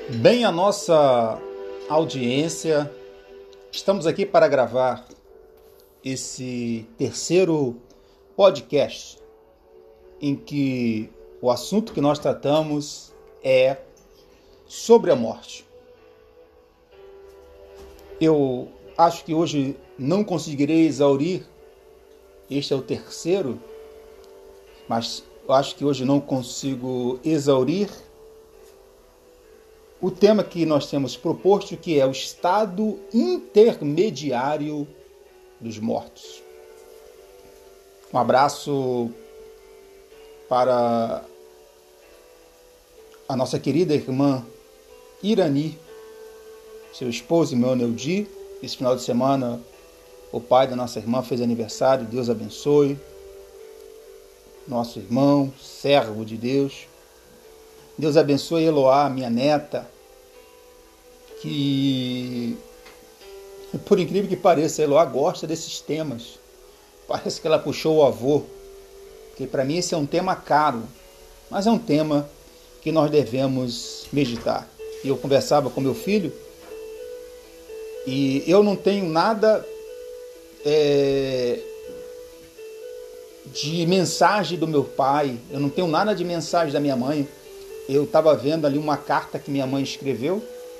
Bem, a nossa audiência, estamos aqui para gravar esse terceiro podcast em que o assunto que nós tratamos é sobre a morte. Eu acho que hoje não conseguirei exaurir, este é o terceiro, mas eu acho que hoje não consigo exaurir o tema que nós temos proposto, que é o estado intermediário dos mortos. Um abraço para a nossa querida irmã Irani, seu esposo, meu Neudi. Esse final de semana, o pai da nossa irmã fez aniversário, Deus abençoe. Nosso irmão, servo de Deus. Deus abençoe Eloá, minha neta, que, por incrível que pareça, Eloá gosta desses temas. Parece que ela puxou o avô, porque para mim esse é um tema caro, mas é um tema que nós devemos meditar. E eu conversava com meu filho, e eu não tenho nada de mensagem do meu pai, eu não tenho nada de mensagem da minha mãe. Eu estava vendo ali uma carta que minha mãe escreveu,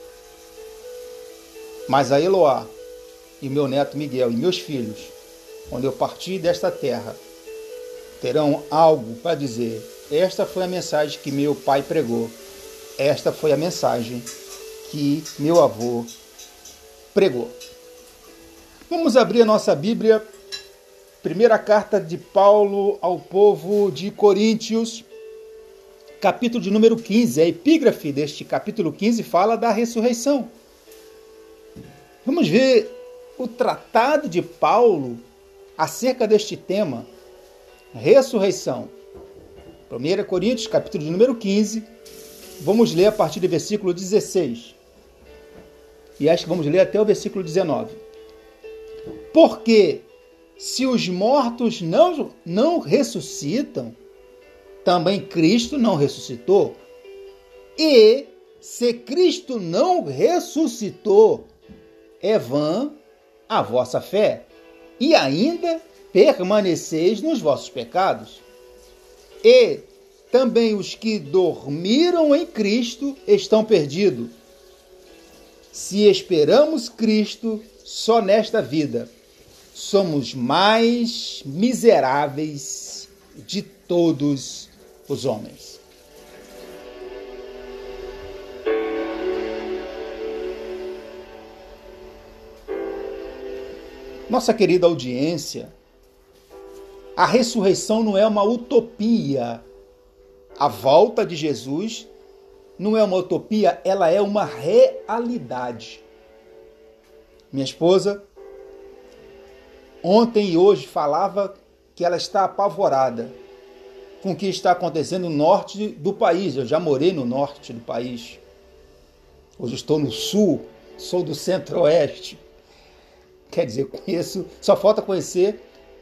mas a Eloá e meu neto Miguel e meus filhos, quando eu partir desta terra, terão algo para dizer. Esta foi a mensagem que meu pai pregou. Esta foi a mensagem que meu avô pregou. Vamos abrir a nossa Bíblia, primeira carta de Paulo ao povo de Coríntios, capítulo de número 15. A epígrafe deste capítulo 15 fala da ressurreição. Vamos ver o tratado de Paulo acerca deste tema, ressurreição. 1 Coríntios, capítulo de número 15, vamos ler a partir do versículo 16. E acho que vamos ler até o versículo 19. Porque se os mortos não ressuscitam, também Cristo não ressuscitou. E se Cristo não ressuscitou, é vã a vossa fé, e ainda permaneceis nos vossos pecados. E também os que dormiram em Cristo estão perdidos. Se esperamos Cristo só nesta vida, somos mais miseráveis de todos os homens. Nossa querida audiência, a ressurreição não é uma utopia. A volta de Jesus não é uma utopia, ela é uma realidade. Minha esposa, ontem e hoje, falava que ela está apavorada com o que está acontecendo no norte do país. Eu já morei no norte do país. Hoje estou no sul, sou do centro-oeste. Quer dizer, conheço, só falta conhecer,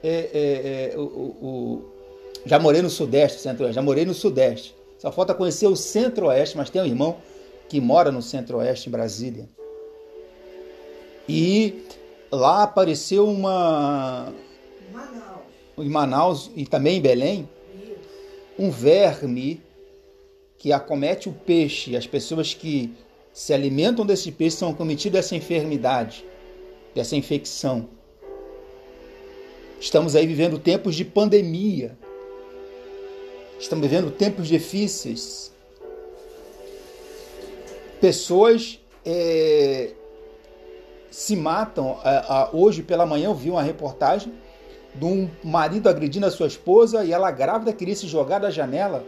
já morei no sudeste, centro-oeste, já morei no sudeste. Só falta conhecer o centro-oeste, mas tem um irmão que mora no centro-oeste, em Brasília. E lá apareceu em Manaus e também em Belém, um verme que acomete o peixe. As pessoas que se alimentam desse peixe são acometidas dessa enfermidade, dessa infecção. Estamos aí vivendo tempos de pandemia. Estamos vivendo tempos difíceis. Pessoas se matam. Hoje pela manhã eu vi uma reportagem de um marido agredindo a sua esposa e ela grávida queria se jogar da janela.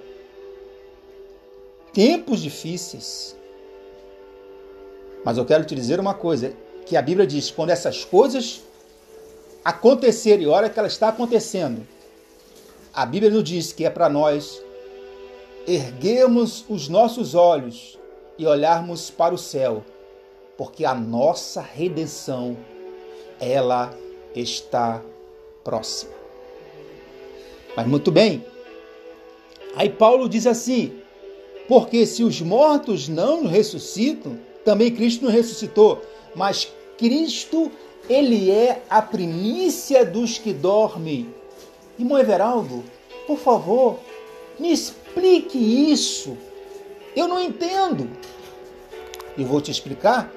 Tempos difíceis. Mas eu quero te dizer uma coisa, que a Bíblia diz, quando essas coisas acontecerem, e olha que ela está acontecendo, a Bíblia nos diz que é para nós erguermos os nossos olhos e olharmos para o céu, porque a nossa redenção, ela está próxima. Mas muito bem, aí Paulo diz assim, Porque se os mortos não ressuscitam, também Cristo não ressuscitou. Mas Cristo, ele é a primícia dos que dormem. Irmão Everaldo, por favor, me explique isso. Eu não entendo. Eu vou te explicar.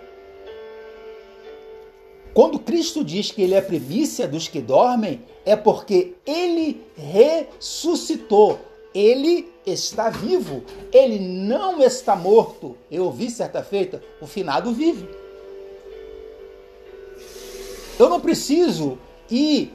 Quando Cristo diz que ele é a primícia dos que dormem, é porque ele ressuscitou. Ele está vivo. Ele não está morto. Eu ouvi certa feita, o finado vive. Eu não preciso ir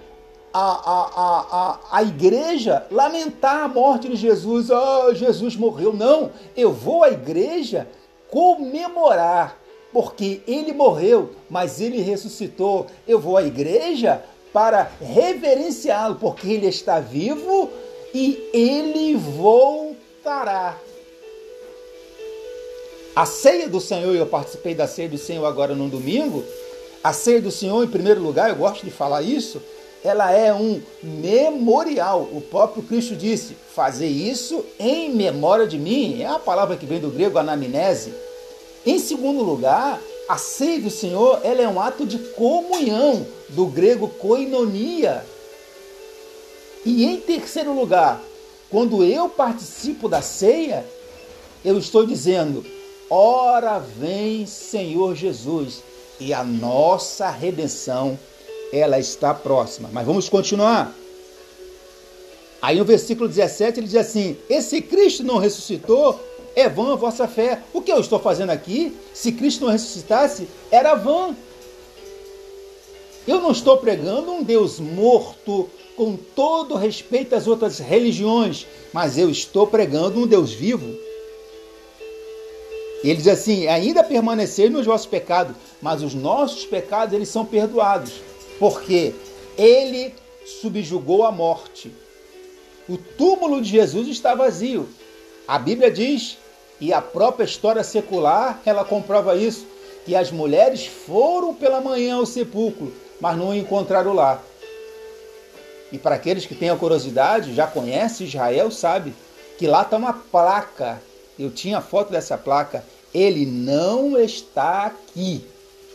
à igreja lamentar a morte de Jesus. Jesus morreu. Não, eu vou à igreja comemorar, porque ele morreu, mas ele ressuscitou. Eu vou à igreja para reverenciá-lo, porque ele está vivo e ele voltará. A ceia do Senhor, eu participei da ceia do Senhor agora no domingo. A ceia do Senhor, em primeiro lugar, eu gosto de falar isso, ela é um memorial. O próprio Cristo disse, fazer isso em memória de mim. É a palavra que vem do grego anamnese. Em segundo lugar, a ceia do Senhor, ela é um ato de comunhão, do grego koinonia. E em terceiro lugar, quando eu participo da ceia, eu estou dizendo, ora vem Senhor Jesus, e a nossa redenção, ela está próxima. Mas vamos continuar. Aí no versículo 17 ele diz assim, esse Cristo não ressuscitou, é vã a vossa fé. O que eu estou fazendo aqui, se Cristo não ressuscitasse, era vã. Eu não estou pregando um Deus morto, com todo respeito às outras religiões, mas eu estou pregando um Deus vivo. Ele diz assim, ainda permanecer nos vossos pecados, mas os nossos pecados, eles são perdoados, porque ele subjugou a morte. O túmulo de Jesus está vazio. A Bíblia diz, e a própria história secular, ela comprova isso, que as mulheres foram pela manhã ao sepulcro, mas não o encontraram lá. E para aqueles que têm a curiosidade, já conhecem Israel, sabe que lá está uma placa. Eu tinha a foto dessa placa. Ele não está aqui,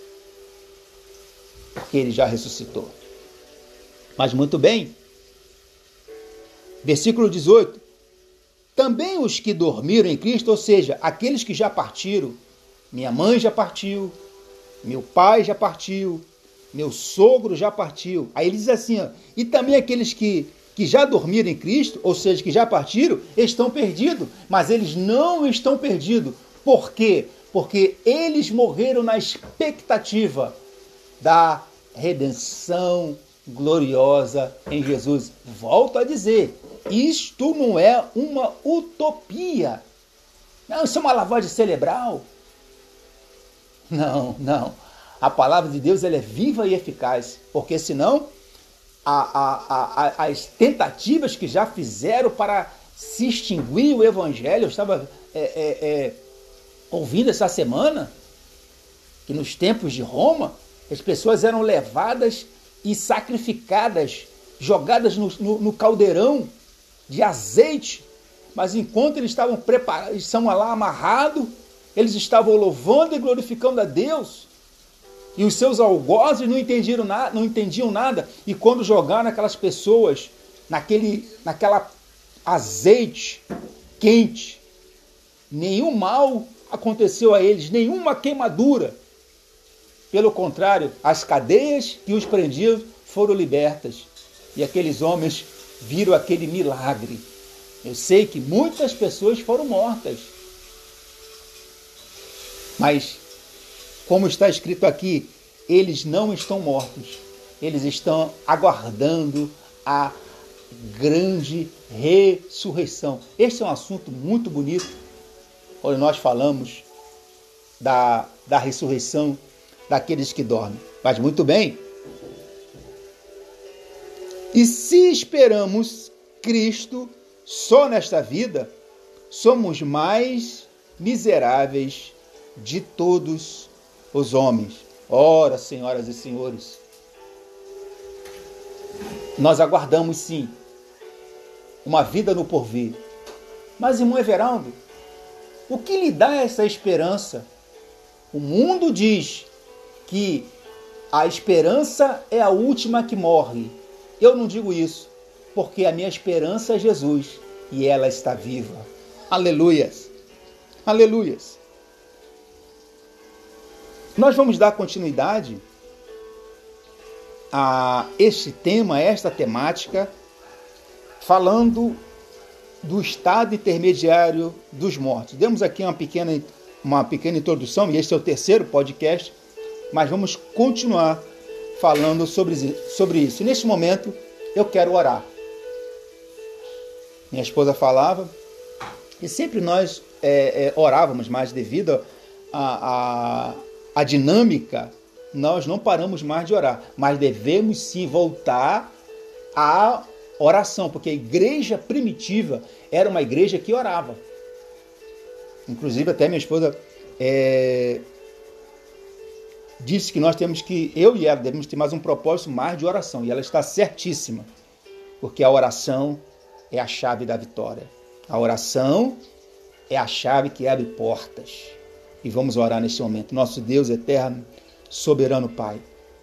porque ele já ressuscitou. Mas muito bem. Versículo 18. Também os que dormiram em Cristo, ou seja, aqueles que já partiram, minha mãe já partiu, meu pai já partiu, meu sogro já partiu. Aí ele diz assim, ó, e também aqueles que já dormiram em Cristo, ou seja, que já partiram, estão perdidos. Mas eles não estão perdidos. Por quê? Porque eles morreram na expectativa da redenção gloriosa em Jesus. Volto a dizer, isto não é uma utopia. Não, isso é uma lavagem cerebral. Não, não. A palavra de Deus ela é viva e eficaz, porque senão as tentativas que já fizeram para se extinguir o evangelho, eu estava ouvindo essa semana, que nos tempos de Roma, as pessoas eram levadas e sacrificadas, jogadas no caldeirão de azeite, mas enquanto eles estavam preparados, eles estavam lá amarrados, eles estavam louvando e glorificando a Deus, e os seus algozes não entendiam nada, e quando jogaram aquelas pessoas naquela azeite quente, nenhum mal aconteceu a eles, nenhuma queimadura. Pelo contrário, as cadeias que os prendiam foram libertas. E aqueles homens viram aquele milagre. Eu sei que muitas pessoas foram mortas. Mas, como está escrito aqui, eles não estão mortos. Eles estão aguardando a grande ressurreição. Este é um assunto muito bonito, quando nós falamos da ressurreição daqueles que dormem. Mas muito bem. E se esperamos Cristo só nesta vida, somos mais miseráveis de todos os homens. Ora, senhoras e senhores, nós aguardamos sim uma vida no porvir. Mas, irmão Everaldo, O que lhe dá essa esperança? O mundo diz que a esperança é a última que morre. Eu não digo isso, porque a minha esperança é Jesus e ela está viva. Aleluias! Aleluias! Nós vamos dar continuidade a este tema, a esta temática, falando do estado intermediário dos mortos. Demos aqui uma pequena introdução, e este é o terceiro podcast, mas vamos continuar falando sobre isso. E neste momento, eu quero orar. Minha esposa falava, e sempre nós orávamos, mas devido à dinâmica, nós não paramos mais de orar, mas devemos sim voltar à oração, porque a igreja primitiva era uma igreja que orava. Inclusive, até minha esposa disse que eu e ela devemos ter mais um propósito mais de oração, e ela está certíssima, porque a oração é a chave da vitória. A oração é a chave que abre portas. E vamos orar neste momento. Nosso Deus eterno, soberano Pai,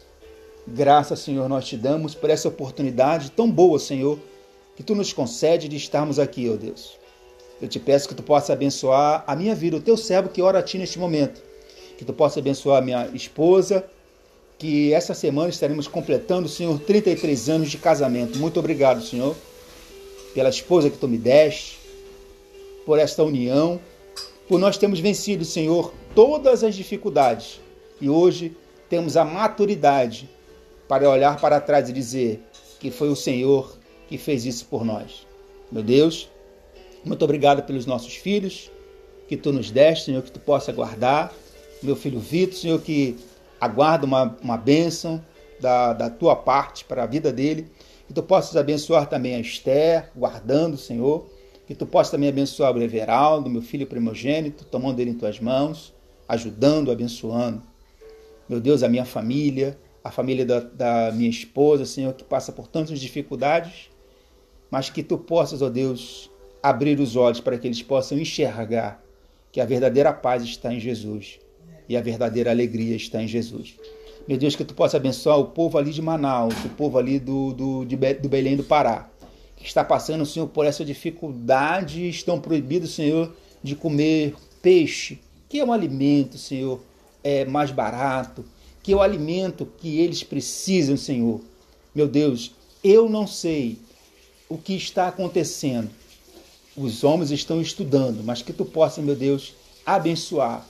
graças, Senhor, nós te damos por essa oportunidade tão boa, Senhor, que Tu nos concede de estarmos aqui, ó Deus. Eu te peço que Tu possa abençoar a minha vida, o Teu servo que ora a Ti neste momento. Que Tu possa abençoar a minha esposa, que essa semana estaremos completando, Senhor, 33 anos de casamento. Muito obrigado, Senhor, pela esposa que Tu me deste, por esta união, por nós termos vencido, Senhor, todas as dificuldades. E hoje temos a maturidade para olhar para trás e dizer que foi o Senhor que fez isso por nós. Meu Deus, muito obrigado pelos nossos filhos que Tu nos deste, Senhor, que Tu possa guardar. Meu filho Vitor, Senhor, que aguarda uma bênção da Tua parte para a vida dele. Que Tu possas abençoar também a Esther, guardando, Senhor. Que Tu possas também abençoar o Everaldo, meu filho primogênito, tomando ele em Tuas mãos, ajudando, abençoando. Meu Deus, a minha família, a família da minha esposa, Senhor, que passa por tantas dificuldades, mas que Tu possas, ó Deus, abrir os olhos para que eles possam enxergar que a verdadeira paz está em Jesus e a verdadeira alegria está em Jesus. Meu Deus, que Tu possa abençoar o povo ali de Manaus, o povo ali do Belém do Pará, que está passando, Senhor, por essa dificuldade, estão proibidos, Senhor, de comer peixe, que é um alimento, Senhor, mais barato, que é o alimento que eles precisam, Senhor. Meu Deus, eu não sei o que está acontecendo. Os homens estão estudando, mas que Tu possa, meu Deus, abençoar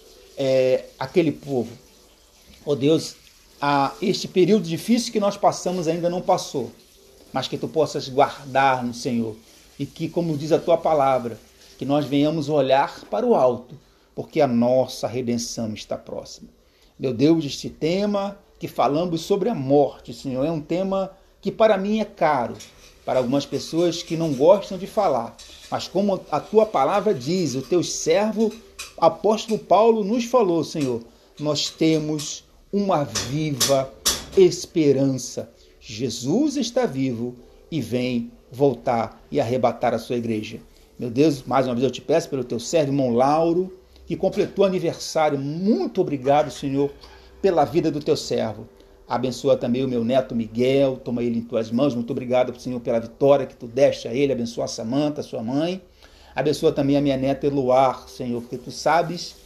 aquele povo. Oh Deus, este período difícil que nós passamos ainda não passou, mas que Tu possas guardar-nos, Senhor, e que, como diz a Tua palavra, que nós venhamos olhar para o alto, porque a nossa redenção está próxima. Meu Deus, este tema que falamos sobre a morte, Senhor, é um tema que para mim é caro, para algumas pessoas que não gostam de falar, mas como a Tua palavra diz, o Teu servo, apóstolo Paulo, nos falou, Senhor, nós temos uma viva esperança. Jesus está vivo e vem voltar e arrebatar a sua igreja. Meu Deus, mais uma vez eu te peço pelo Teu servo, irmão Lauro, que completou aniversário. Muito obrigado, Senhor, pela vida do Teu servo. Abençoa também o meu neto Miguel, toma ele em Tuas mãos. Muito obrigado, Senhor, pela vitória que Tu deste a ele. Abençoa a Samanta, sua mãe. Abençoa também a minha neta Eloar, Senhor, porque Tu sabes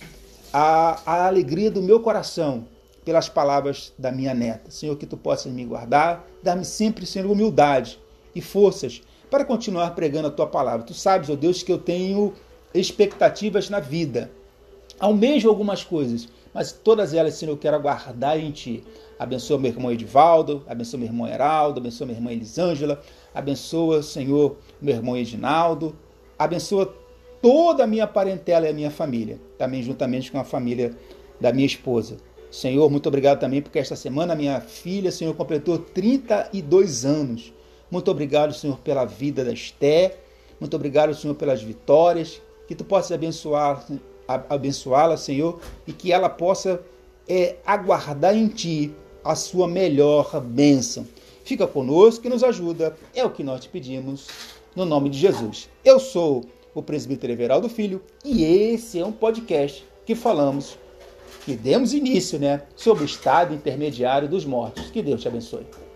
a alegria do meu coração pelas palavras da minha neta. Senhor, que Tu possas me guardar, dar-me sempre, Senhor, humildade e forças para continuar pregando a Tua palavra. Tu sabes, ó Deus, que eu tenho expectativas na vida. Almejo algumas coisas, mas todas elas, Senhor, eu quero aguardar em Ti. Abençoa meu irmão Edivaldo, abençoa meu irmão Heraldo, abençoa minha irmã Elisângela, abençoa, Senhor, meu irmão Edinaldo, abençoa toda a minha parentela e a minha família, também juntamente com a família da minha esposa. Senhor, muito obrigado também, porque esta semana minha filha, Senhor, completou 32 anos. Muito obrigado, Senhor, pela vida da Esté. Muito obrigado, Senhor, pelas vitórias. Que Tu possas abençoá-la, Senhor, e que ela possa aguardar em Ti a sua melhor bênção. Fica conosco e nos ajuda. É o que nós te pedimos, no nome de Jesus. Eu sou o presbítero Everaldo Filho, e esse é um podcast que demos início, sobre o estado intermediário dos mortos. Que Deus te abençoe.